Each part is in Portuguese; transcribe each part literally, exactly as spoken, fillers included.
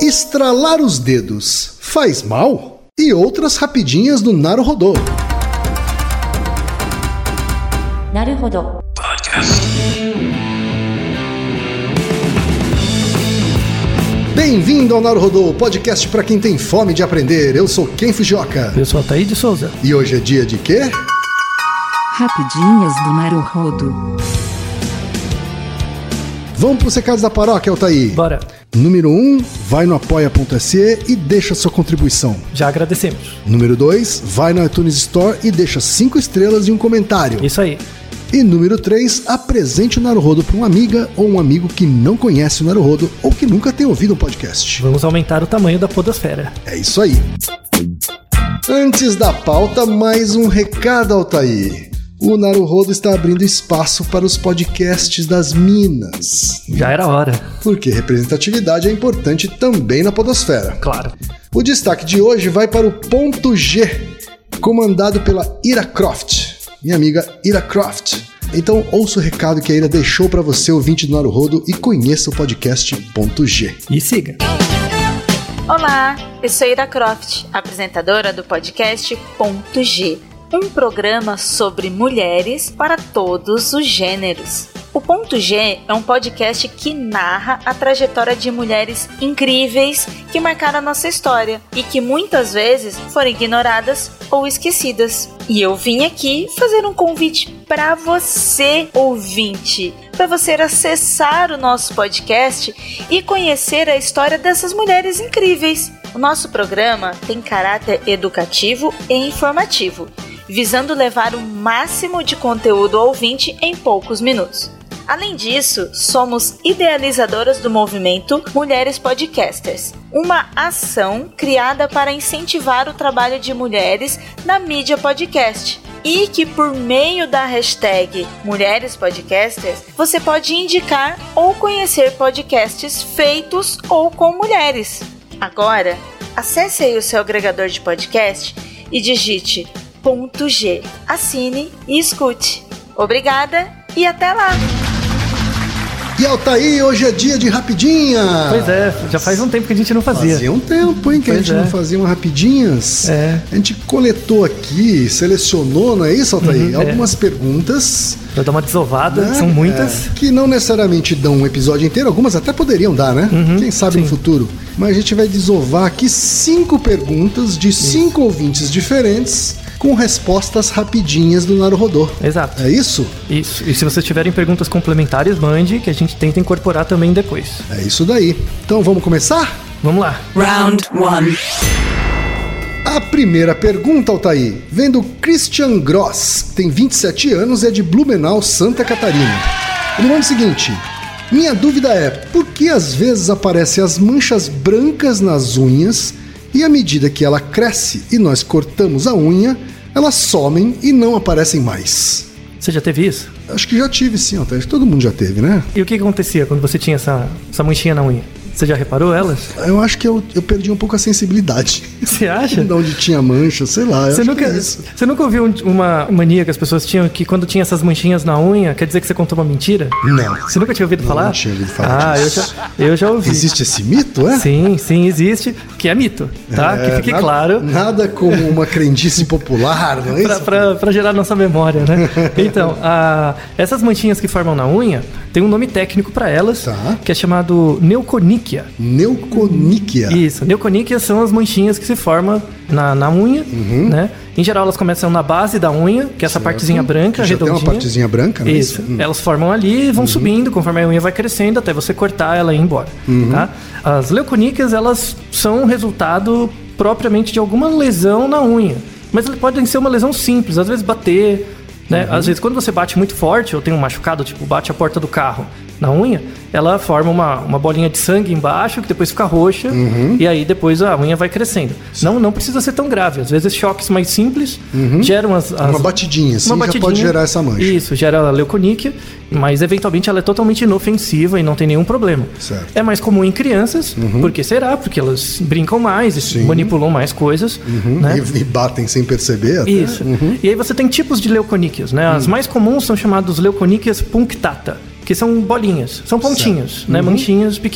Estralar os dedos faz mal? E outras rapidinhas do Naruhodô. Naruhodô Podcast. Bem-vindo ao Naruhodô, podcast para quem tem fome de aprender. Eu sou Ken Fujioka. Eu sou Altair de Souza. E hoje é dia de quê? Rapidinhas do Naruhodô. Vamos para os recados da paróquia, Altair. Bora. Número um, vai no apoia.se e deixa sua contribuição. Já agradecemos. Número dois, vai no iTunes Store e deixa cinco estrelas e um comentário. Isso aí. E número três, apresente o Naruhodô para uma amiga ou um amigo que não conhece o Naruhodô ou que nunca tem ouvido um podcast. Vamos aumentar o tamanho da podosfera. É isso aí. Antes da pauta, mais um recado, Altair. O Naruhodô está abrindo espaço para os podcasts das minas. Já era hora. Porque representatividade é importante também na podosfera. Claro. O destaque de hoje vai para o Ponto G, comandado pela Ira Croft, minha amiga Ira Croft. Então ouça o recado que a Ira deixou para você, ouvinte do Naruhodô, e conheça o podcast Ponto G. E siga. Olá, eu sou Ira Croft, apresentadora do podcast Ponto G. Um programa sobre mulheres para todos os gêneros. O Ponto G é um podcast que narra a trajetória de mulheres incríveis que marcaram a nossa história e que muitas vezes foram ignoradas ou esquecidas. E eu vim aqui fazer um convite para você, ouvinte, para você acessar o nosso podcast e conhecer a história dessas mulheres incríveis. O nosso programa tem caráter educativo e informativo, visando levar o máximo de conteúdo ao ouvinte em poucos minutos. Além disso, somos idealizadoras do movimento Mulheres Podcasters, uma ação criada para incentivar o trabalho de mulheres na mídia podcast. E que por meio da hashtag Mulheres Podcasters, você pode indicar ou conhecer podcasts feitos ou com mulheres. Agora, acesse aí o seu agregador de podcast e digite Ponto G. Assine e escute. Obrigada e até lá! E Altair, hoje é dia de rapidinha. Pois é, já faz um tempo que a gente não fazia. Fazia um tempo, hein, que Pois a gente é. não fazia uma rapidinhas. É. A gente coletou aqui, selecionou, não é isso, Altair? Uhum, Algumas é. perguntas. Pra dar uma desovada, né? são muitas. É, que não necessariamente dão um episódio inteiro, algumas até poderiam dar, né? Uhum, Quem sabe sim. no futuro. Mas a gente vai desovar aqui cinco perguntas de cinco ouvintes diferentes com respostas rapidinhas do Naruhodô. Exato. É isso? Isso. E se vocês tiverem perguntas complementares, mande, que a gente tenta incorporar também depois. É isso daí. Então vamos começar? Vamos lá. Round one. A primeira pergunta, Altair, vem do Christian Gross, que tem vinte e sete anos e é de Blumenau, Santa Catarina. Ele manda o seguinte: minha dúvida é, por que às vezes aparecem as manchas brancas nas unhas e à medida que ela cresce e nós cortamos a unha, elas somem e não aparecem mais? Você já teve isso? Acho que já tive sim, Altair. Acho que todo mundo já teve, né? E o que, que acontecia quando você tinha essa, essa manchinha na unha? Você já reparou elas? Eu acho que eu, eu perdi um pouco a sensibilidade. Você acha? De onde tinha mancha, sei lá. Eu Você acho nunca, que é isso. você nunca ouviu um- uma mania que as pessoas tinham que quando tinha essas manchinhas na unha, quer dizer que você contou uma mentira? Não. Você nunca tinha ouvido Não, falar? não tinha ouvido falar Ah, eu disso. já, eu já ouvi. Existe esse mito, é? Sim, sim, existe, que é mito, tá? É, que fique nada, claro. Nada como uma crendice popular, não é Pra, isso? pra, pra gerar nossa memória, né? Então, a, essas manchinhas que formam na unha, tem um nome técnico pra elas, Tá. que é chamado neuconíquia. Neuconíquia. Isso, neuconíquias são as manchinhas que se formam na, na unha, né? Em geral, elas começam na base da unha, que é essa Certo. partezinha branca, Já redondinha. tem uma partezinha branca, não é Isso. isso? Hum. Elas formam ali e vão subindo conforme a unha vai crescendo até você cortar ela e ir embora, tá? As leuconíquias, elas são resultado propriamente de alguma lesão na unha. Mas elas podem ser uma lesão simples, às vezes bater, né? Às vezes quando você bate muito forte ou tem um machucado, tipo bate a porta do carro na unha, ela forma uma, uma bolinha de sangue embaixo que depois fica roxa e aí depois a unha vai crescendo. Não, não precisa ser tão grave. Às vezes choques mais simples geram as, as... Uma batidinha, assim, já pode gerar essa mancha. Isso, gera a leuconíquia, mas eventualmente ela é totalmente inofensiva e não tem nenhum problema. Certo. É mais comum em crianças, por que será? Porque elas brincam mais e Sim. manipulam mais coisas, né? E, e batem sem perceber até. Isso. E aí você tem tipos de leuconíquias, né? As mais comuns são chamadas leuconíquias punctata, que são bolinhas, são pontinhos, né? Manchinhas pequenas.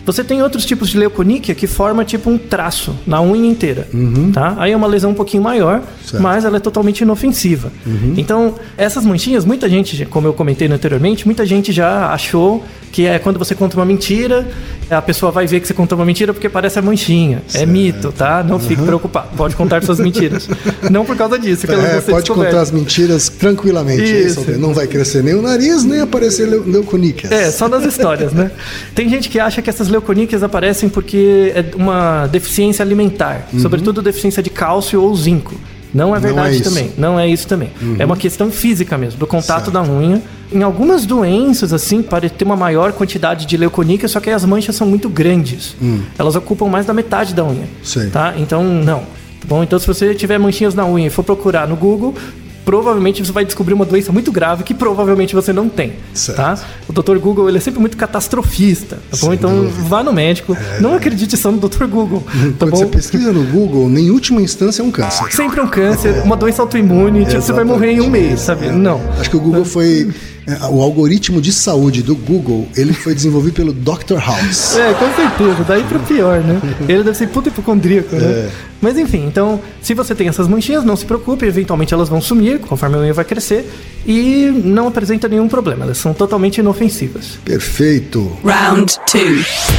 Você tem outros tipos de leuconíquia que forma tipo um traço na unha inteira, Uhum. tá? Aí é uma lesão um pouquinho maior, Certo. mas ela é totalmente inofensiva. Uhum. Então, essas manchinhas, muita gente, como eu comentei anteriormente, muita gente já achou que é quando você conta uma mentira, a pessoa vai ver que você contou uma mentira porque parece a manchinha. Certo. É mito, tá? Não fique preocupado. Pode contar suas mentiras. Não por causa disso que elas É, vão ser pode descobertas. contar as mentiras tranquilamente. Isso. Isso. Não vai crescer nem o nariz, nem aparecer leu- leuconíquias. É, só nas histórias, né? Tem gente que acha que essas leuconíquias aparecem porque é uma deficiência alimentar, Uhum. sobretudo deficiência de cálcio ou zinco. Não é verdade Não é isso. também. Não é isso também. Uhum. É uma questão física mesmo, do contato Certo. da unha. Em algumas doenças, assim, pode ter uma maior quantidade de leuconíquia, só que aí as manchas são muito grandes. Hum. Elas ocupam mais da metade da unha. Sei. Tá? Então, não. Tá bom? Então, se você tiver manchinhas na unha e for procurar no Google, provavelmente você vai descobrir uma doença muito grave que provavelmente você não tem, Certo. tá? O doutor Google, ele é sempre muito catastrofista, tá bom? Sem Então, dúvida. vá no médico, não acredite só no doutor Google, tá Quando bom? você pesquisa no Google, em última instância é um câncer. Sempre é um câncer, uma doença autoimune, tipo, você vai morrer em um mês, sabe? Não. Acho que o Google foi... é, O algoritmo de saúde do Google, ele foi desenvolvido pelo doutor House. É, com certeza, daí pro pior, né? Ele deve ser puta hipocondríaco, né? É. Mas enfim, então, se você tem essas manchinhas, não se preocupe, eventualmente elas vão sumir conforme a unha vai crescer e não apresenta nenhum problema, elas são totalmente inofensivas. Perfeito. Round two.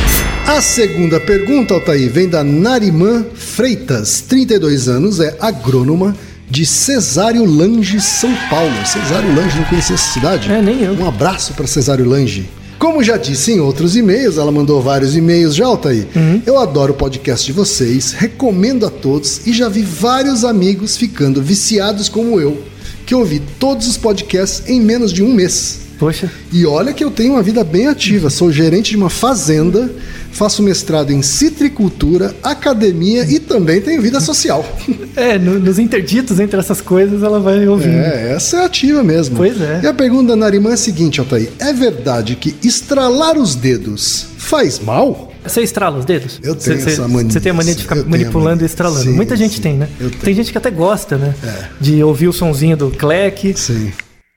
A segunda pergunta, Altair, vem da Narimã Freitas, trinta e dois anos, é agrônoma de Cesário Lange, São Paulo. Cesário Lange, não conhecia essa cidade? É, nem eu. Um abraço para Cesário Lange. Como já disse em outros e-mails, ela mandou vários e-mails já, Altair. Uhum. Eu adoro o podcast de vocês, recomendo a todos e já vi vários amigos ficando viciados como eu, que ouvi todos os podcasts em menos de um mês. Poxa, E olha que eu tenho uma vida bem ativa, sou gerente de uma fazenda, faço mestrado em citricultura, academia e também tenho vida social. é, no- nos interditos entre essas coisas ela vai ouvindo. É, essa é ativa mesmo. Pois é. E a pergunta da Narimã é a seguinte, Altair, é verdade que estralar os dedos faz mal? Você estrala os dedos? Eu tenho Você- essa mania, Você tem a mania de ficar eu tenho a manipulando mania. e estralando. Sim, Muita gente sim, tem, né? eu tenho. Tem gente que até gosta, né? É. De ouvir o sonzinho do cleque. Sim.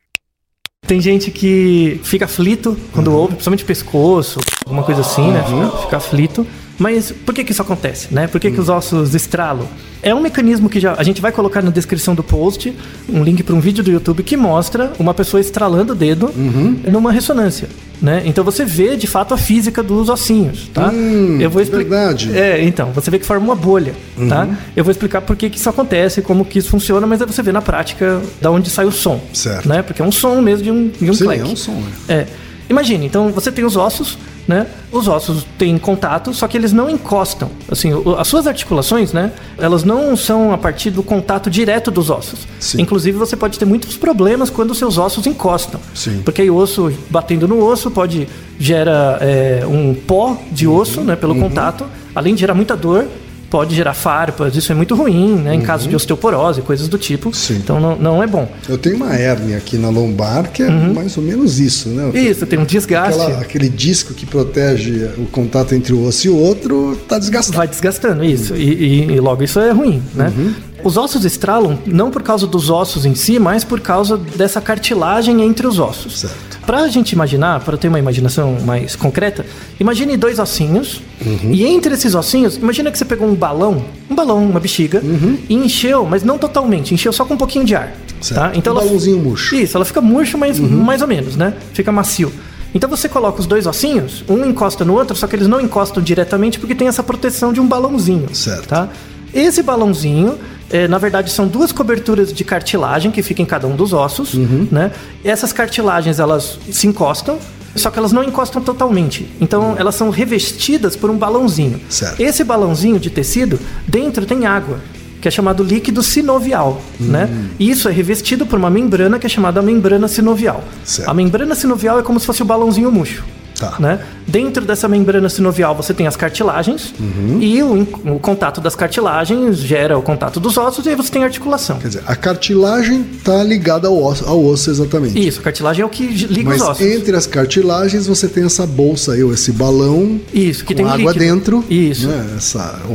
Tem gente que fica aflito quando ouve, principalmente pescoço, alguma coisa assim, né? Fica, fica aflito. Mas por que que isso acontece, né? Por que que os ossos estralam? É um mecanismo que já a gente vai colocar na descrição do post um link para um vídeo do YouTube que mostra uma pessoa estralando o dedo numa ressonância, né? Então você vê de fato a física dos ossinhos, tá? Hum, Eu vou explicar. verdade. É, então você vê que forma uma bolha, tá? Eu vou explicar por que que isso acontece, como que isso funciona, mas aí você vê na prática da onde sai o som, Certo. né? Porque é um som mesmo de um, de um Sim, clack. é um som, né? É. Imagine, então você tem os ossos, né? Os ossos têm contato, só que eles não encostam. Assim, o- as suas articulações, né? Elas não são a partir do contato direto dos ossos. Sim. Inclusive, você pode ter muitos problemas quando os seus ossos encostam. Sim. Porque aí o osso batendo no osso pode gera é, um pó de Uhum. osso, né? Pelo contato. Além de gerar muita dor, pode gerar farpas. Isso é muito ruim, né? Em caso de osteoporose, coisas do tipo. Uhum. Sim. Então não, não é bom. Eu tenho uma hérnia aqui na lombar que é mais ou menos isso, né? Isso, tem um desgaste. Aquela- aquele disco que protege o contato entre o osso e o outro está desgastado. Vai desgastando, isso. E, e- e logo isso é ruim, né? Os ossos estralam não por causa dos ossos em si, mas por causa dessa cartilagem entre os ossos. Certo. Pra gente imaginar, para ter uma imaginação mais concreta, imagine dois ossinhos. E entre esses ossinhos, imagina que você pegou um balão, um balão, uma bexiga, e encheu, mas não totalmente, encheu só com um pouquinho de ar. Certo. Tá? Então Um ela- balãozinho murcho. Isso, ela fica murcha, mas mais ou menos, né? Fica macio. Então você coloca os dois ossinhos, um encosta no outro, só que eles não encostam diretamente porque tem essa proteção de um balãozinho. Certo. Tá? Esse balãozinho, é, na verdade, são duas coberturas de cartilagem que ficam em cada um dos ossos, né? E essas cartilagens, elas se encostam, só que elas não encostam totalmente. Então, elas são revestidas por um balãozinho. Certo. Esse balãozinho de tecido, dentro tem água, que é chamado líquido sinovial, né? E isso é revestido por uma membrana que é chamada membrana sinovial. Certo. A membrana sinovial é como se fosse o balãozinho murcho. Tá. Né? Dentro dessa membrana sinovial você tem as cartilagens e o, o contato das cartilagens gera o contato dos ossos e aí você tem a articulação. Quer dizer, a cartilagem está ligada ao osso, ao osso exatamente. Isso, a cartilagem é o que liga Mas os ossos. entre as cartilagens você tem essa bolsa aí, ou esse balão Isso, que com tem um água líquido. dentro. Isso. Né? Essa, ou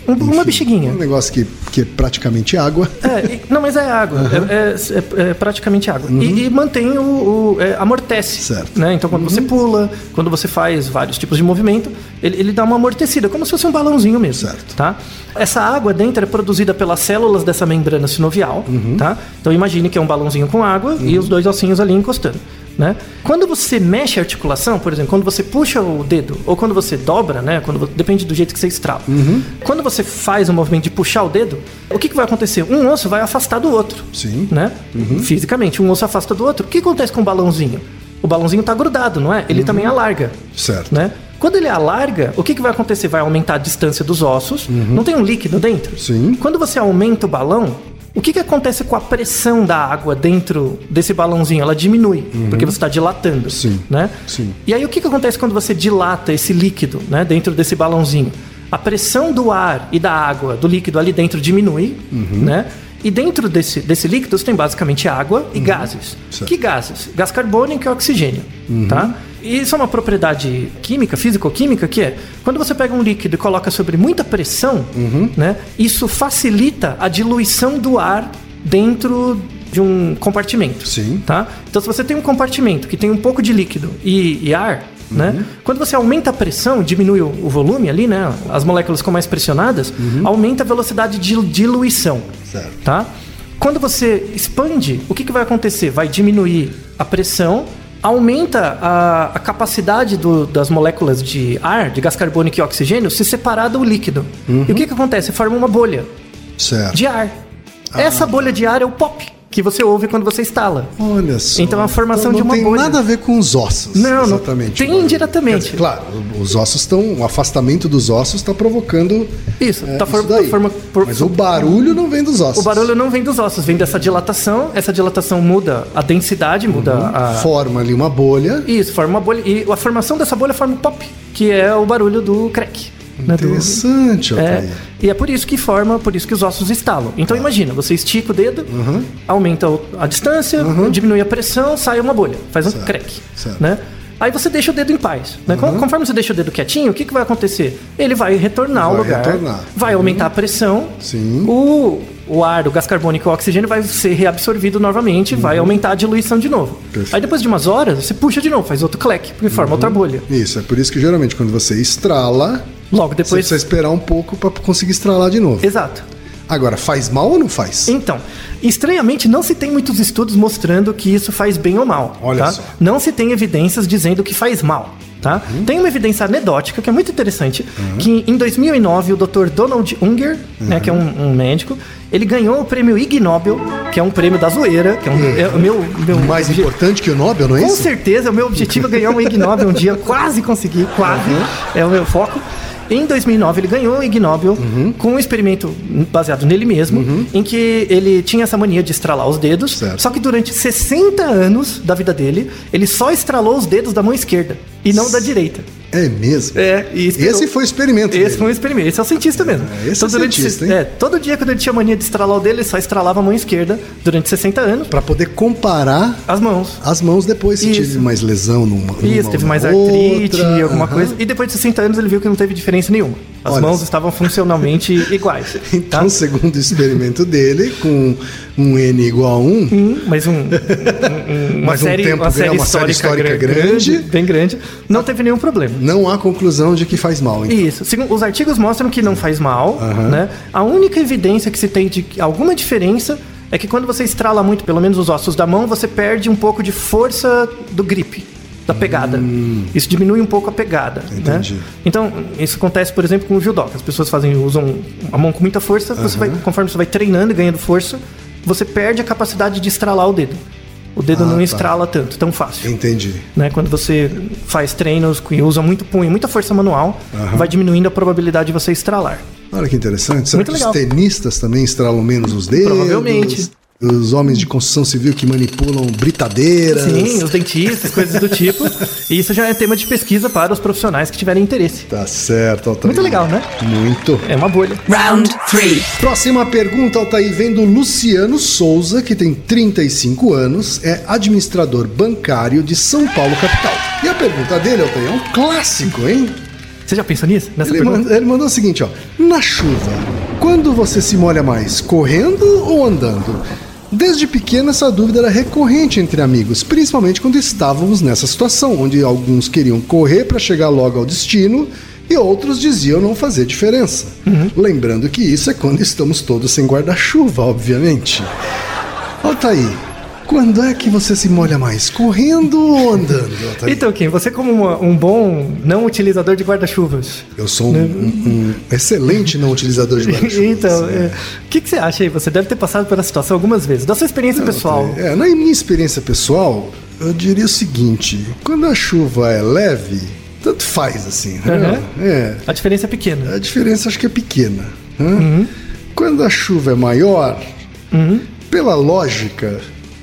Um, uma Enfim, bexiguinha. Um negócio que, que é praticamente água. É, e, não, mas é água. Uhum. É, é, é, é praticamente água. Uhum. E, e mantém o... o é, amortece. Certo. Né? Então, quando uhum. você pula, quando você faz vários tipos de movimento, ele, ele dá uma amortecida, como se fosse um balãozinho mesmo. Certo. Tá? Essa água dentro é produzida pelas células dessa membrana sinovial. Uhum. Tá? Então, imagine que é um balãozinho com água uhum. e os dois ossinhos ali encostando. Né? Quando você mexe a articulação, por exemplo, quando você puxa o dedo ou quando você dobra, né? Quando, depende do jeito que você estrala. Uhum. Quando você faz o movimento de puxar o dedo, o que, que vai acontecer? Um osso vai afastar do outro. Sim. Né? Uhum. Fisicamente, um osso afasta do outro. O que acontece com o balãozinho? O balãozinho está grudado, não é? Ele uhum. também alarga. Certo. Né? Quando ele alarga, o que, que vai acontecer? Vai aumentar a distância dos ossos. Uhum. Não tem um líquido dentro? Sim. Quando você aumenta o balão, o que, que acontece com a pressão da água dentro desse balãozinho? Ela diminui, uhum. porque você está dilatando. Sim. Né? Sim. E aí o que, que acontece quando você dilata esse líquido, né, dentro desse balãozinho? A pressão do ar e da água, do líquido ali dentro diminui, uhum. né? E dentro desse, desse líquido você tem basicamente água e uhum. gases. Certo. Que gases? Gás carbônico e oxigênio. Uhum. Tá? E isso é uma propriedade química, físico-química, que é, quando você pega um líquido e coloca sobre muita pressão, uhum. né, isso facilita a diluição do ar dentro de um compartimento. Sim. Tá? Então, se você tem um compartimento que tem um pouco de líquido e, e ar, uhum. né, quando você aumenta a pressão, diminui o, o volume ali, né, as moléculas ficam mais pressionadas, uhum. aumenta a velocidade de diluição. Certo. Tá? Quando você expande, o que, que vai acontecer? Vai diminuir a pressão, aumenta a, a capacidade do, das moléculas de ar, de gás carbônico e oxigênio, se separar do líquido. Uhum. E o que, que acontece? Forma uma bolha certo. de ar. Ah. Essa bolha de ar é o pop, que você ouve quando você instala. Olha só. Então a formação então, de uma bolha. Não tem nada a ver com os ossos. Não, exatamente. Não tem indiretamente. Dizer, claro, os ossos estão... O afastamento dos ossos está provocando... Isso. É, tá isso for, daí. Forma, por, Mas o barulho não vem dos ossos. O barulho não vem dos ossos, vem dessa dilatação. Essa dilatação muda a densidade, muda uhum. a... Forma ali uma bolha. Isso, forma uma bolha. E a formação dessa bolha forma o pop, que é o barulho do crack. Interessante, né, do... é, E é por isso que forma, por isso que os ossos estalam. Então ah. imagina, você estica o dedo, uhum. aumenta a distância, uhum. diminui a pressão, sai uma bolha, faz um certo. crack. Certo. Né? Aí você deixa o dedo em paz. Né? Uhum. Conforme você deixa o dedo quietinho, o que, que vai acontecer? Ele vai retornar vai ao lugar, retornar. vai uhum. aumentar a pressão, Sim. o... O ar, o gás carbônico e o oxigênio vai ser reabsorvido novamente, uhum. vai aumentar a diluição de novo. Perfeito. Aí depois de umas horas, você puxa de novo, faz outro clack, porque forma uhum. outra bolha. Isso, é por isso que geralmente quando você estrala, logo depois você precisa esperar um pouco para conseguir estralar de novo. Exato. Agora, faz mal ou não faz? Então, estranhamente, não se tem muitos estudos mostrando que isso faz bem ou mal. Olha tá? só. Não se tem evidências dizendo que faz mal. Tá? Uhum. Tem uma evidência anedótica que é muito interessante, uhum. que em dois mil e nove o doutor Donald Unger, uhum. né, que é um, um médico, ele ganhou o prêmio Ig Nobel, que é um prêmio da zoeira, que é, um, uhum. é o meu, meu mais obje... importante que o Nobel, não é Com isso? Com certeza, o meu objetivo é ganhar um Ig Nobel um dia, quase consegui, quase, uhum. é o meu foco. Em dois mil e nove ele ganhou o Ig Nobel uhum. com um experimento baseado nele mesmo, uhum. em que ele tinha essa mania de estralar os dedos, certo. Só que durante sessenta anos da vida dele, ele só estralou os dedos da mão esquerda e não da direita. É mesmo? É, e esse foi o experimento Esse dele. foi um experimento. Esse é o cientista mesmo. É, esse então, é durante, cientista, hein? É, todo dia quando ele tinha mania de estralar o dedo, ele só estralava a mão esquerda durante sessenta anos. Pra poder comparar as mãos. As mãos depois, se Isso. teve mais lesão numa, numa Isso, teve mais outra, artrite, alguma uh-huh. coisa. E depois de sessenta anos ele viu que não teve diferença nenhuma. As Olha, mãos estavam funcionalmente iguais. Então, tá? segundo o experimento dele, com um N igual a um... Hum, mas um, um, uma, mas um série, tempo, uma série uma histórica, série histórica grande, grande, bem grande, não teve nenhum problema. Não há conclusão de que faz mal, então. Isso. Segundo, os artigos mostram que não faz mal. Uhum. Né? A única evidência que se tem de alguma diferença é que quando você estrala muito, pelo menos os ossos da mão, você perde um pouco de força do grip. Da pegada. Hum. Isso diminui um pouco a pegada. Entendi. Né? Então, isso acontece, por exemplo, com o judoca. As pessoas fazem, usam a mão com muita força, uhum. você vai, conforme você vai treinando e ganhando força, você perde a capacidade de estralar o dedo. O dedo ah, não tá. estrala tanto, tão fácil. Entendi. Né? Quando você faz treinos e usa muito punho, muita força manual, uhum. vai diminuindo a probabilidade de você estralar. Olha que interessante. Será muito que legal. Os tenistas também estralam menos os dedos? Provavelmente. Os homens de construção civil que manipulam britadeiras. Sim, os dentistas, coisas do tipo. E isso já é tema de pesquisa para os profissionais que tiverem interesse. Tá certo, Altair. Muito legal, né? Muito. É uma bolha. Round três. Próxima pergunta, Altair, vem do Luciano Souza, que tem trinta e cinco anos, é administrador bancário de São Paulo, capital. E a pergunta dele, Altair, é um clássico, hein? Você já pensou nisso? Nessa Ele, pergunta? manda, ele mandou o seguinte, ó. Na chuva, quando você se molha mais, correndo ou andando? Desde pequena, essa dúvida era recorrente entre amigos, principalmente quando estávamos nessa situação, onde alguns queriam correr para chegar logo ao destino e outros diziam não fazer diferença. Uhum. Lembrando que isso é quando estamos todos sem guarda-chuva, obviamente. Ó, tá aí. Quando é que você se molha mais? Correndo ou andando? Altair? Então, Kim, você como uma, um bom não utilizador de guarda-chuvas. Eu sou um, um, um excelente não utilizador de guarda-chuvas. Então, o é, que, que você acha aí? Você deve ter passado pela situação algumas vezes. Da sua experiência não, pessoal. É, na minha experiência pessoal, eu diria o seguinte. Quando a chuva é leve, tanto faz assim. Né? Uhum. É. A diferença é pequena. A diferença acho que é pequena. Né? Uhum. Quando a chuva é maior, uhum. pela lógica...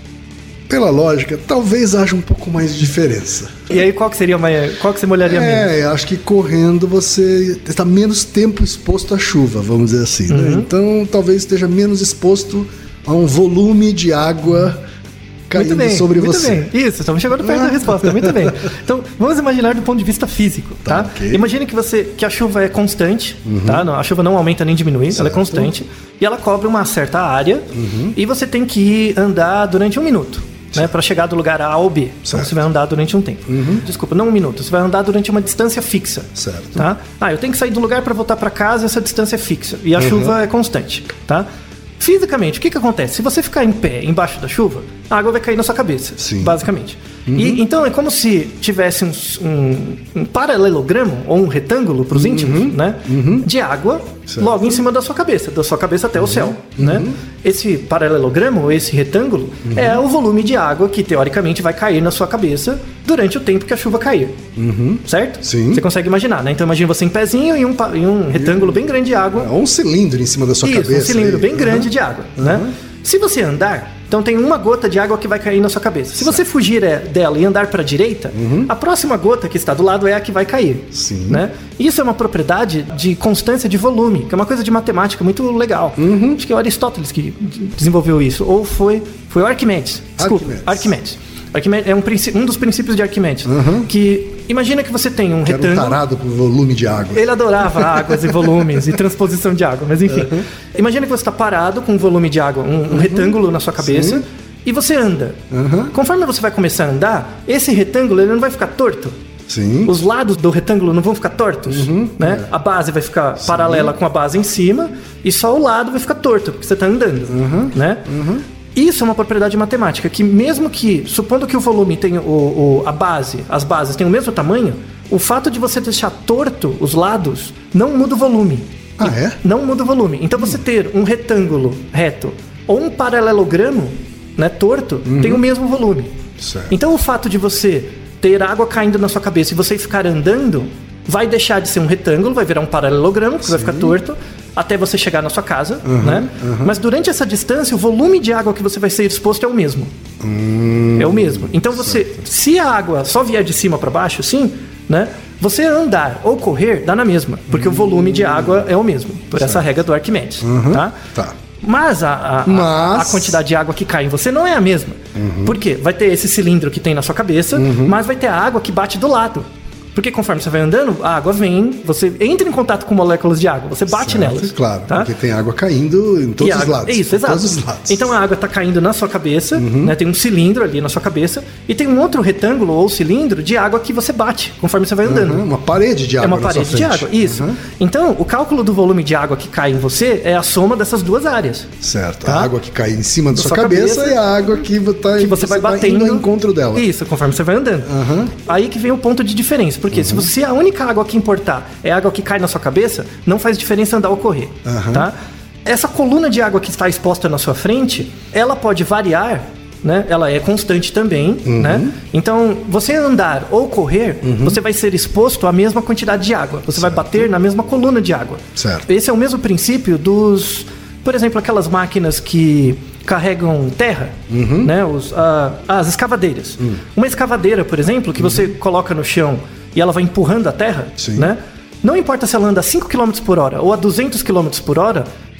Pela lógica, talvez haja um pouco mais de diferença. E aí, qual que seria mais, qual que você molharia é, menos? É, acho que correndo você está menos tempo exposto à chuva, vamos dizer assim. Uhum. Né? Então, talvez esteja menos exposto a um volume de água caindo muito bem, sobre muito você. Bem. Isso, estamos chegando perto da resposta. Muito bem. Então, vamos imaginar do ponto de vista físico, tá? tá? Okay. Imagine que, você, que a chuva é constante, uhum. tá? A chuva não aumenta nem diminui, certo. Ela é constante. E ela cobre uma certa área uhum. e você tem que andar durante um minuto. Né, para chegar do lugar A ao B. Então você vai andar durante um tempo. Uhum. Desculpa, não um minuto. Você vai andar durante uma distância fixa. Certo. Tá? Ah, eu tenho que sair do lugar para voltar para casa, essa distância é fixa. E a uhum. chuva é constante. Tá? Fisicamente, o que, que acontece? Se você ficar em pé embaixo da chuva, a água vai cair na sua cabeça. Sim. Basicamente. Uhum. E, então é como se tivesse um, um, um paralelogramo ou um retângulo para os uhum. íntimos, né? Uhum. De água certo. Logo em cima da sua cabeça, da sua cabeça até uhum. o céu. Uhum. Né? Esse paralelogramo, ou esse retângulo, uhum. é o volume de água que teoricamente vai cair na sua cabeça durante o tempo que a chuva cair. Uhum. Certo? Sim. Você consegue imaginar, né? Então imagina você em pezinho e um, e um retângulo bem grande de água. É um cilindro em cima da sua Isso, cabeça. um cilindro aí. bem uhum. grande de água. Uhum. Né? Se você andar, então tem uma gota de água que vai cair na sua cabeça. Se você fugir dela e andar para a direita, uhum. a próxima gota que está do lado é a que vai cair. Sim. Né? Isso é uma propriedade de constância de volume, que é uma coisa de matemática muito legal. Uhum. Acho que é o Aristóteles que desenvolveu isso. Ou foi, foi o Arquimedes. Desculpa, Arquimedes. Arquimedes. Arquimedes é um, um dos princípios de Arquimedes. Uhum. Que imagina que você tem um que retângulo. Era um tarado por volume de água. Ele adorava águas e volumes e transposição de água, mas enfim. Uhum. Imagina que você está parado com um volume de água, um, um uhum. retângulo na sua cabeça. Sim. E você anda. Uhum. Conforme você vai começar a andar, esse retângulo ele não vai ficar torto. Sim. Os lados do retângulo não vão ficar tortos. Uhum. Né? É. A base vai ficar Sim. paralela com a base em cima e só o lado vai ficar torto, porque você está andando. Uhum. Né? Uhum. Isso é uma propriedade matemática que mesmo que, supondo que o volume tenha o, o, a base, as bases tenham o mesmo tamanho, o fato de você deixar torto os lados não muda o volume. Ah, é? Não muda o volume. Então você ter um retângulo reto ou um paralelogramo, né, torto, uhum. tem o mesmo volume. Certo. Então o fato de você ter água caindo na sua cabeça e você ficar andando vai deixar de ser um retângulo, vai virar um paralelogramo, que Sim. vai ficar torto, até você chegar na sua casa, uhum, né? Uhum. Mas durante essa distância, o volume de água que você vai ser exposto é o mesmo. Hum, é o mesmo. Então você, certo. se a água só vier de cima para baixo, assim, né? Você andar ou correr dá na mesma, porque hum, o volume de água é o mesmo, por certo. Essa regra do Arquimedes, uhum, tá? Tá. Mas, a, a, mas... a quantidade de água que cai em você não é a mesma. Uhum. Por quê? Vai ter esse cilindro que tem na sua cabeça, uhum. mas vai ter a água que bate do lado. Porque conforme você vai andando, a água vem, você entra em contato com moléculas de água, você bate certo, nelas. Claro, tá? porque tem água caindo em todos água, os lados. Isso, exato. Todos os lados. Então a água está caindo na sua cabeça, uhum. né? Tem um cilindro ali na sua cabeça, e tem um outro retângulo ou cilindro de água que você bate conforme você vai andando. Uhum, uma parede de água. É uma parede de água, isso. Uhum. Então, o cálculo do volume de água que cai em você é a soma dessas duas áreas. Certo. Tá? A água que cai em cima da, da sua, sua cabeça, cabeça e a água que, tá, que você, você vai batendo ao encontro dela. Isso, conforme você vai andando. Uhum. Aí que vem o ponto de diferença. Porque uhum. se você a única água que importar é água que cai na sua cabeça, não faz diferença andar ou correr. Uhum. Tá? Essa coluna de água que está exposta na sua frente, ela pode variar, né? Ela é constante também, uhum. né? Então, você andar ou correr, uhum. você vai ser exposto à mesma quantidade de água. Você certo. Vai bater na mesma coluna de água. Certo. Esse é o mesmo princípio dos... Por exemplo, aquelas máquinas que carregam terra, uhum. né? Os, uh, as escavadeiras. Uhum. Uma escavadeira, por exemplo, que uhum. você coloca no chão e ela vai empurrando a terra, Sim. né? Não importa se ela anda a cinco quilômetros por hora ou a duzentos quilômetros por hora,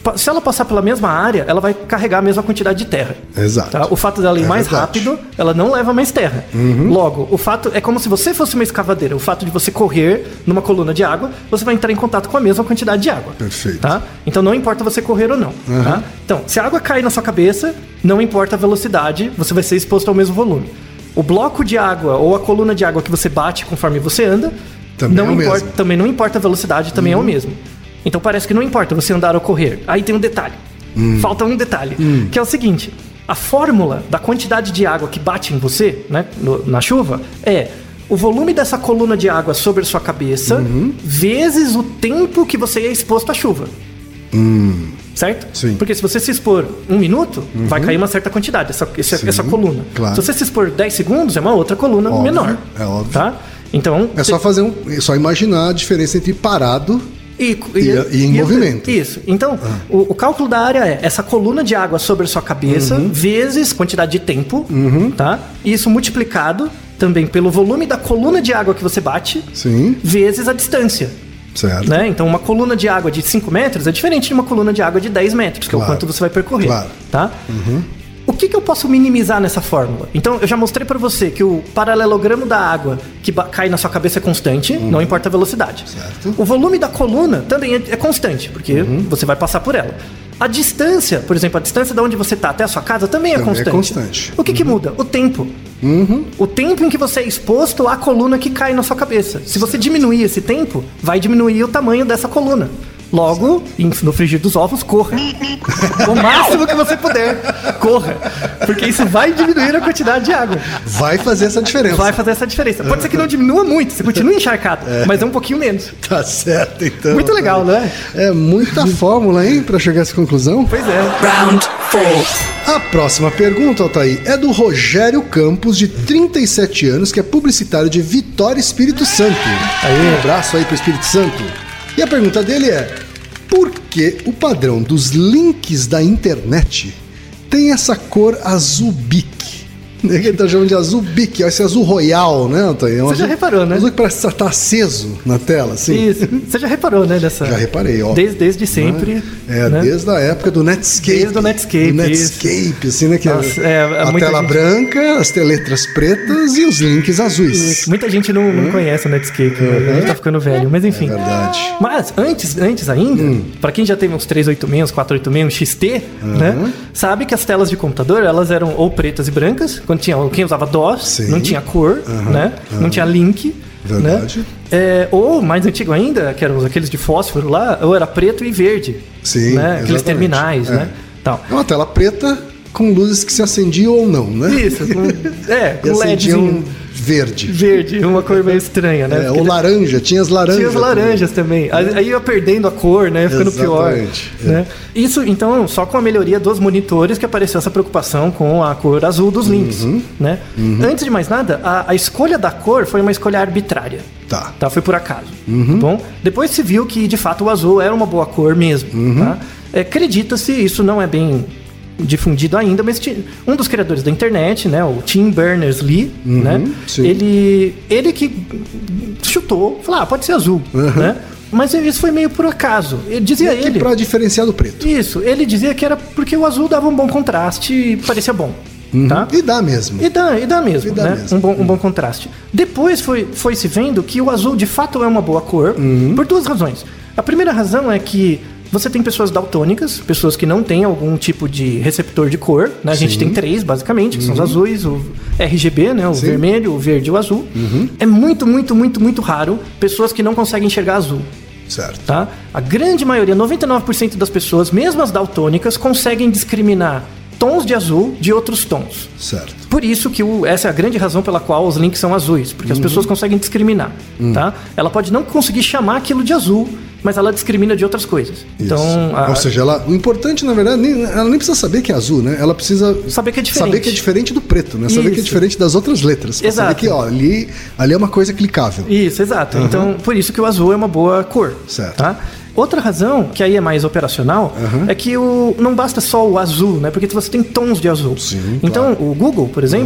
se ela passar pela mesma área, ela vai carregar a mesma quantidade de terra. Exato. Tá? O fato dela ir É mais verdade. rápido, ela não leva mais terra. Uhum. Logo, o fato é como se você fosse uma escavadeira. O fato de você correr numa coluna de água, você vai entrar em contato com a mesma quantidade de água. Perfeito. Tá? Então não importa você correr ou não. Uhum. Tá? Então, se a água cair na sua cabeça, não importa a velocidade, você vai ser exposto ao mesmo volume. O bloco de água ou a coluna de água que você bate conforme você anda, Também não é o importa, mesmo. também não importa a velocidade, também Uhum. é o mesmo. Então parece que não importa você andar ou correr. Aí tem um detalhe. Hum. Falta um detalhe, que é o seguinte: a fórmula da quantidade de água que bate em você, né, no- na chuva, é o volume dessa coluna de água sobre a sua cabeça Uhum. vezes o tempo que você é exposto à chuva. Certo? Sim. Porque se você se expor um minuto, vai cair uma certa quantidade, essa, essa, Sim, essa coluna. claro. Se você se expor dez segundos, é uma outra coluna Óbvio, menor. é óbvio. Tá? Então, É só fazer um. É só imaginar a diferença entre parado. E, E- e em movimento. Isso. Então, o, o cálculo da área é essa coluna de água sobre a sua cabeça, Uhum. vezes quantidade de tempo, tá? E isso multiplicado também pelo volume da coluna de água que você bate, Sim. vezes a distância. Certo. Né? Então, uma coluna de água de cinco metros é diferente de uma coluna de água de dez metros, que é o Claro. quanto você vai percorrer. Claro. Tá? O que, que eu posso minimizar nessa fórmula? Então, eu já mostrei para você que o paralelogramo da água que ba- cai na sua cabeça é constante, não importa a velocidade. Certo. O volume da coluna também é, é constante, porque você vai passar por ela. A distância, por exemplo, a distância de onde você está até a sua casa também é Também é constante. constante. O que, que muda? O tempo. O tempo em que você é exposto à coluna que cai na sua cabeça. Se você diminuir esse tempo, vai diminuir o tamanho dessa coluna. Logo, em- no frigir dos ovos, corra. O máximo que você puder, corra. Porque isso vai diminuir a quantidade de água. Vai fazer essa diferença. Vai fazer essa diferença. Pode ser que não diminua muito, você continua encharcado, mas é um pouquinho menos. Tá certo, então. Muito legal, né? É muita fórmula, hein, pra chegar a essa conclusão. Pois é. Round four. A próxima pergunta, Altair, é do Rogério Campos, de trinta e sete anos, que é publicitário de Vitória, Espírito Santo. Aí. Um abraço aí pro Espírito Santo. E a pergunta dele é: por que o padrão dos links da internet tem essa cor azul bique? Ele tá chamando de azul bique, ó, esse azul royal, né, Altair? É um Você já azul- reparou, né? Azul que parece estar aceso na tela, assim. Isso. Você já reparou, né? Dessa... Já reparei, ó. Desde, desde sempre. É, né? desde a época do Netscape. Desde o Netscape, Do Netscape, assim, né? Que Nossa, é, a muita tela gente- branca, as letras pretas e os links azuis. Isso. Muita gente não, não conhece o Netscape, né? A gente tá ficando velho, mas enfim. É verdade. Mas antes, antes ainda, pra quem já teve uns trezentos e oitenta e seis, uns quatrocentos e oitenta e seis, uns X T, né? Sabe que as telas de computador, elas eram ou pretas e brancas, quando tinha, quem usava DOS, Sim. não tinha cor, né? Não tinha link. Verdade. Né? É, ou, mais antigo ainda, que eram aqueles de fósforo lá, ou era preto e verde. Sim, né? Aqueles exatamente. terminais, É. né? Tal. É uma tela preta com luzes que se acendiam ou não, né? Isso, com, é, E com acendiam LEDzinho verde. verde, uma cor meio estranha, né? É, Porque ou laranja, tinha as laranjas. tinha as laranjas também. Aí aí ia perdendo a cor, né? Ia ficando Exatamente, pior. Né? Isso, então, só com a melhoria dos monitores que apareceu essa preocupação com a cor azul dos links. Uhum. Né? Antes de mais nada, a, a escolha da cor foi uma escolha arbitrária. Tá. Tá? Foi por acaso. Tá bom? Depois se viu que, de fato, o azul era uma boa cor mesmo. Uhum. Tá? É, acredita-se, isso não é bem difundido ainda, mas ti- um dos criadores da internet, né, o Tim Berners-Lee, né, sim. ele, ele que chutou, falou, ah, pode ser azul, né? Mas isso foi meio por acaso. Ele dizia Que ele. pra diferenciar do preto. Isso, ele dizia que era porque o azul dava um bom contraste e parecia bom. Tá? E dá mesmo. E dá, e dá mesmo, E dá né? mesmo. Um, bom, um bom contraste. Depois foi, foi se vendo que o azul de fato é uma boa cor, Uhum. por duas razões. A primeira razão é que você tem pessoas daltônicas, pessoas que não têm algum tipo de receptor de cor, né? A gente Sim. tem três, basicamente, que são os azuis, o R G B, né? O Sim. vermelho, o verde e o azul. É muito, muito, muito, muito raro pessoas que não conseguem enxergar azul. Certo. Tá? A grande maioria, noventa e nove por cento das pessoas, mesmo as daltônicas, conseguem discriminar tons de azul de outros tons. Certo. Por isso que o, essa é a grande razão pela qual os links são azuis, porque as pessoas conseguem discriminar, tá? Ela pode não conseguir chamar aquilo de azul, mas ela discrimina de outras coisas. Então, Isso. a- Ou seja, ela, o importante, na verdade, nem, ela nem precisa saber que é azul, né? Ela precisa Saber que é diferente. saber que é diferente do preto, né? Saber Isso. que é diferente das outras letras. Pra Exato. saber que, ó, ali, ali é uma coisa clicável. Isso, exato. Então, por isso que o azul é uma boa cor. Certo. Tá? Outra razão, que aí é mais operacional, é que o, não basta só o azul, né? Porque você tem tons de azul. Sim, então, o Google, por exemplo,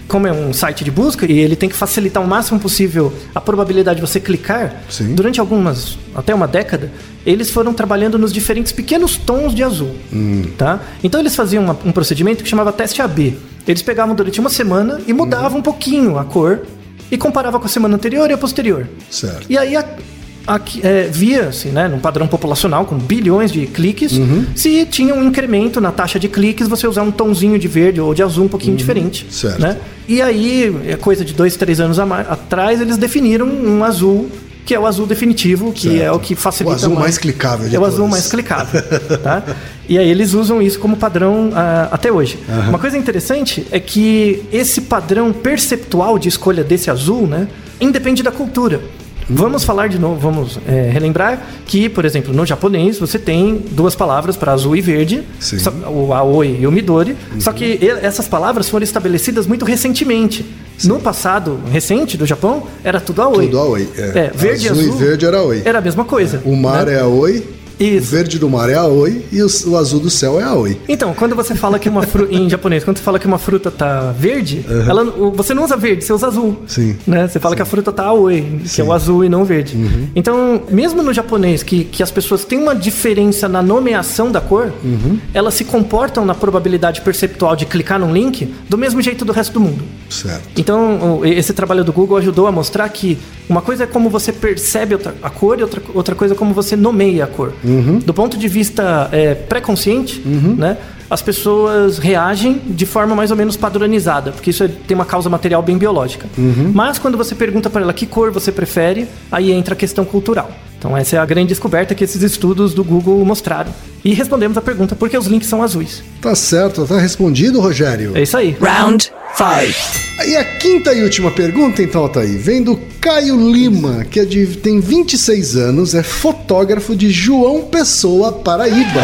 como é um site de busca e ele tem que facilitar o máximo possível a probabilidade de você clicar, Sim. durante algumas, até uma década, eles foram trabalhando nos diferentes pequenos tons de azul. Hum. Tá? Então eles faziam uma, um procedimento que chamava teste A B. Eles pegavam durante uma semana e mudavam hum. um pouquinho a cor e comparavam com a semana anterior e a posterior. Certo. E aí a, a, é, via, assim, né, num padrão populacional com bilhões de cliques, uhum. se tinha um incremento na taxa de cliques, você usar um tonzinho de verde ou de azul um pouquinho uhum. diferente. Certo. Né? E aí, coisa de dois, três anos a mais, atrás, eles definiram um azul, que é o azul definitivo, que certo. É o que facilita o azul mais. mais clicável de É o todos. azul mais clicável. Tá? E aí eles usam isso como padrão uh, até hoje. Uhum. Uma coisa interessante é que esse padrão perceptual de escolha desse azul, né, independe da cultura. Vamos falar de novo, vamos é, relembrar que, por exemplo, no japonês você tem duas palavras para azul e verde, só, o aoi e o midori, uhum. só que essas palavras foram estabelecidas muito recentemente. Sim. No passado recente do Japão, era tudo aoi. Tudo aoi, é. é verde azul e azul e verde era aoi. Era a mesma coisa. O mar né? é aoi. Isso. O verde do mar é aoi e o, o azul do céu é aoi. Então, quando você fala que uma fruta, em japonês, quando você fala que uma fruta tá verde, uhum. ela, você não usa verde, você usa azul. Sim. Né? Você fala Sim. que a fruta tá aoi, que Sim. é o azul e não o verde. Uhum. Então, mesmo no japonês, que, que as pessoas têm uma diferença na nomeação da cor, uhum. elas se comportam na probabilidade perceptual de clicar num link do mesmo jeito do resto do mundo. Certo. Então, esse trabalho do Google ajudou a mostrar que uma coisa é como você percebe a cor e outra, outra coisa é como você nomeia a cor. Uhum. Do ponto de vista é, pré-consciente, uhum. né, as pessoas reagem de forma mais ou menos padronizada, porque isso é, tem uma causa material bem biológica. Uhum. Mas quando você pergunta para ela que cor você prefere, aí entra a questão cultural. Então essa é a grande descoberta que esses estudos do Google mostraram. E respondemos a pergunta por que os links são azuis. Tá certo, tá respondido, Rogério. É isso aí. Round cinco. E a quinta e última pergunta, então, tá aí. Vem do Caio Lima, que é de, tem vinte e seis anos, é fotógrafo de João Pessoa, Paraíba.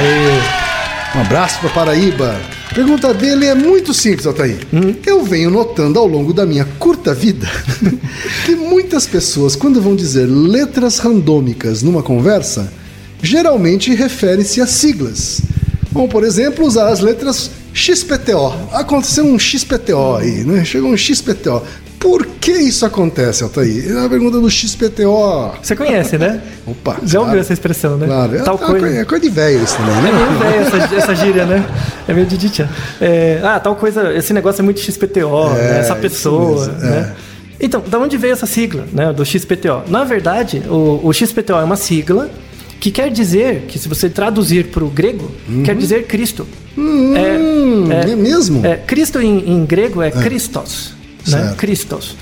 Aê. Um abraço pra Paraíba. A pergunta dele é muito simples, Altair. Hum? Eu venho notando ao longo da minha curta vida que muitas pessoas, quando vão dizer letras randômicas numa conversa, geralmente referem-se a siglas. Como, por exemplo, usar as letras X P T O. Aconteceu um X P T O aí, né? Chegou um X P T O. Por que isso acontece, Altair? É a pergunta do X P T O. Você conhece, né? Opa, já claro. ouviu essa expressão, né? Claro. Tal é, coisa. É coisa de velho isso também, né? É meio velho essa, essa gíria, né? É meio de ditia. É, ah, tal coisa, esse negócio é muito X P T O, é, né? Essa pessoa, né? É. Então, da onde veio essa sigla, né? Do X P T O? Na verdade, o, o X P T O é uma sigla que quer dizer, que se você traduzir para o grego, uhum. quer dizer Cristo. Hum, é, é, é mesmo? É, Cristo em, em grego é, é. Christos, né? Christos.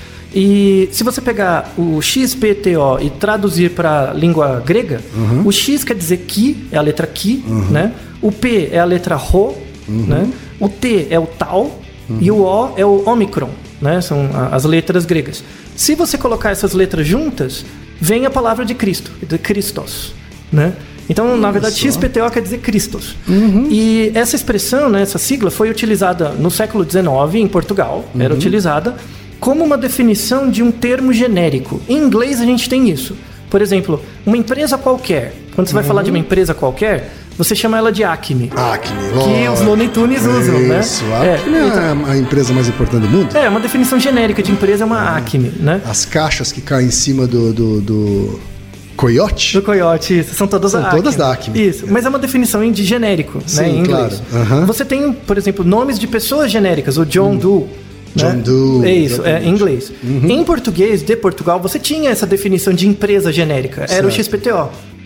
E se você pegar o X P T O e traduzir para a língua grega, uhum. o X quer dizer ki, é a letra ki, uhum. né? O P é a letra ro, uhum. né? O T é o tal uhum. e o O é o ômicron, né? São as letras gregas. Se você colocar essas letras juntas, vem a palavra de Cristo, de Christos, né? Então, na verdade, X P T O quer dizer Christos. Uhum. E essa expressão, né, essa sigla, foi utilizada no século dezenove em Portugal, uhum. era utilizada como uma definição de um termo genérico. Em inglês a gente tem isso. Por exemplo, uma empresa qualquer. Quando você uhum. vai falar de uma empresa qualquer, você chama ela de Acme. Acme, que os Looney Tunes usam, né? Isso, Acme é, então, é a empresa mais importante do mundo. É, uma definição genérica de empresa é uma uhum. Acme, né? As caixas que caem em cima do... do, do... Coyote? Do Coyote, isso. São todas São da todas Acme. da Acme. Isso, mas é uma definição de genérico, Sim, né, em inglês. Claro. Uhum. Você tem, por exemplo, nomes de pessoas genéricas, o John hum. Doe. John né? Doe. É isso, é, em inglês. Uhum. Em português de Portugal, você tinha essa definição de empresa genérica. Era certo. O X P T O.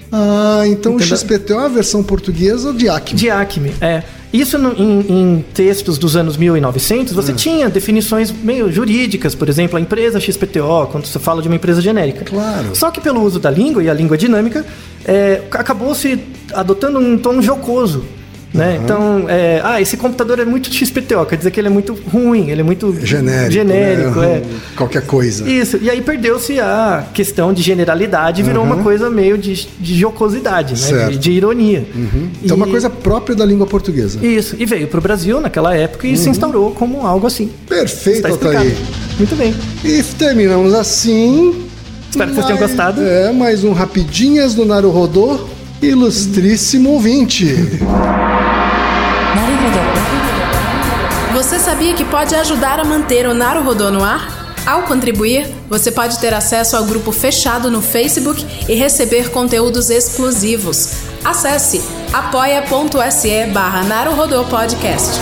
Ah, então Entendeu? O X P T O é a versão portuguesa de Acme. De Acme, é. Isso no, em, em textos dos anos mil e novecentos, você ah. tinha definições meio jurídicas, por exemplo, a empresa X P T O, quando você fala de uma empresa genérica. Claro. Só que pelo uso da língua e a língua dinâmica, é, acabou se adotando um tom jocoso. Né? Uhum. Então, é, ah, esse computador é muito X P T O, quer dizer que ele é muito ruim, ele é muito genérico, genérico né? é. Qualquer coisa. Isso, e aí perdeu-se a questão de generalidade e virou uhum. uma coisa meio de, de jocosidade, né? de, de ironia. Uhum. Então, e... uma coisa própria da língua portuguesa. Isso, e veio para o Brasil naquela época e uhum. se instaurou como algo assim. Perfeito, Altair. Muito bem. E terminamos assim. Espero que vocês tenham gostado. É, mais um Rapidinhas do Naruhodô, ilustríssimo ouvinte. Você sabia que pode ajudar a manter o Naruhodô no ar? Ao contribuir, você pode ter acesso ao grupo fechado no Facebook e receber conteúdos exclusivos. Acesse apoia.se barra Naruhodô Podcast.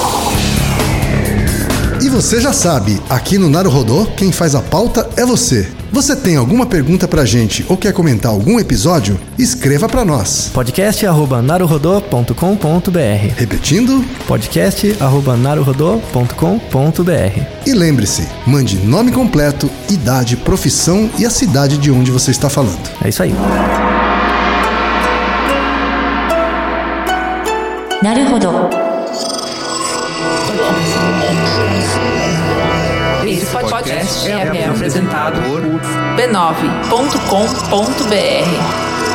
E você já sabe, aqui no Naruhodô, quem faz a pauta é você. Você tem alguma pergunta pra gente ou quer comentar algum episódio? Escreva pra nós. podcast arroba naruhodô ponto com ponto br. Repetindo? podcast arroba naruhodô ponto com ponto br. E lembre-se, mande nome completo, idade, profissão e a cidade de onde você está falando. É isso aí. Naruhodô. Esse podcast é apresentado por b nove ponto com ponto br.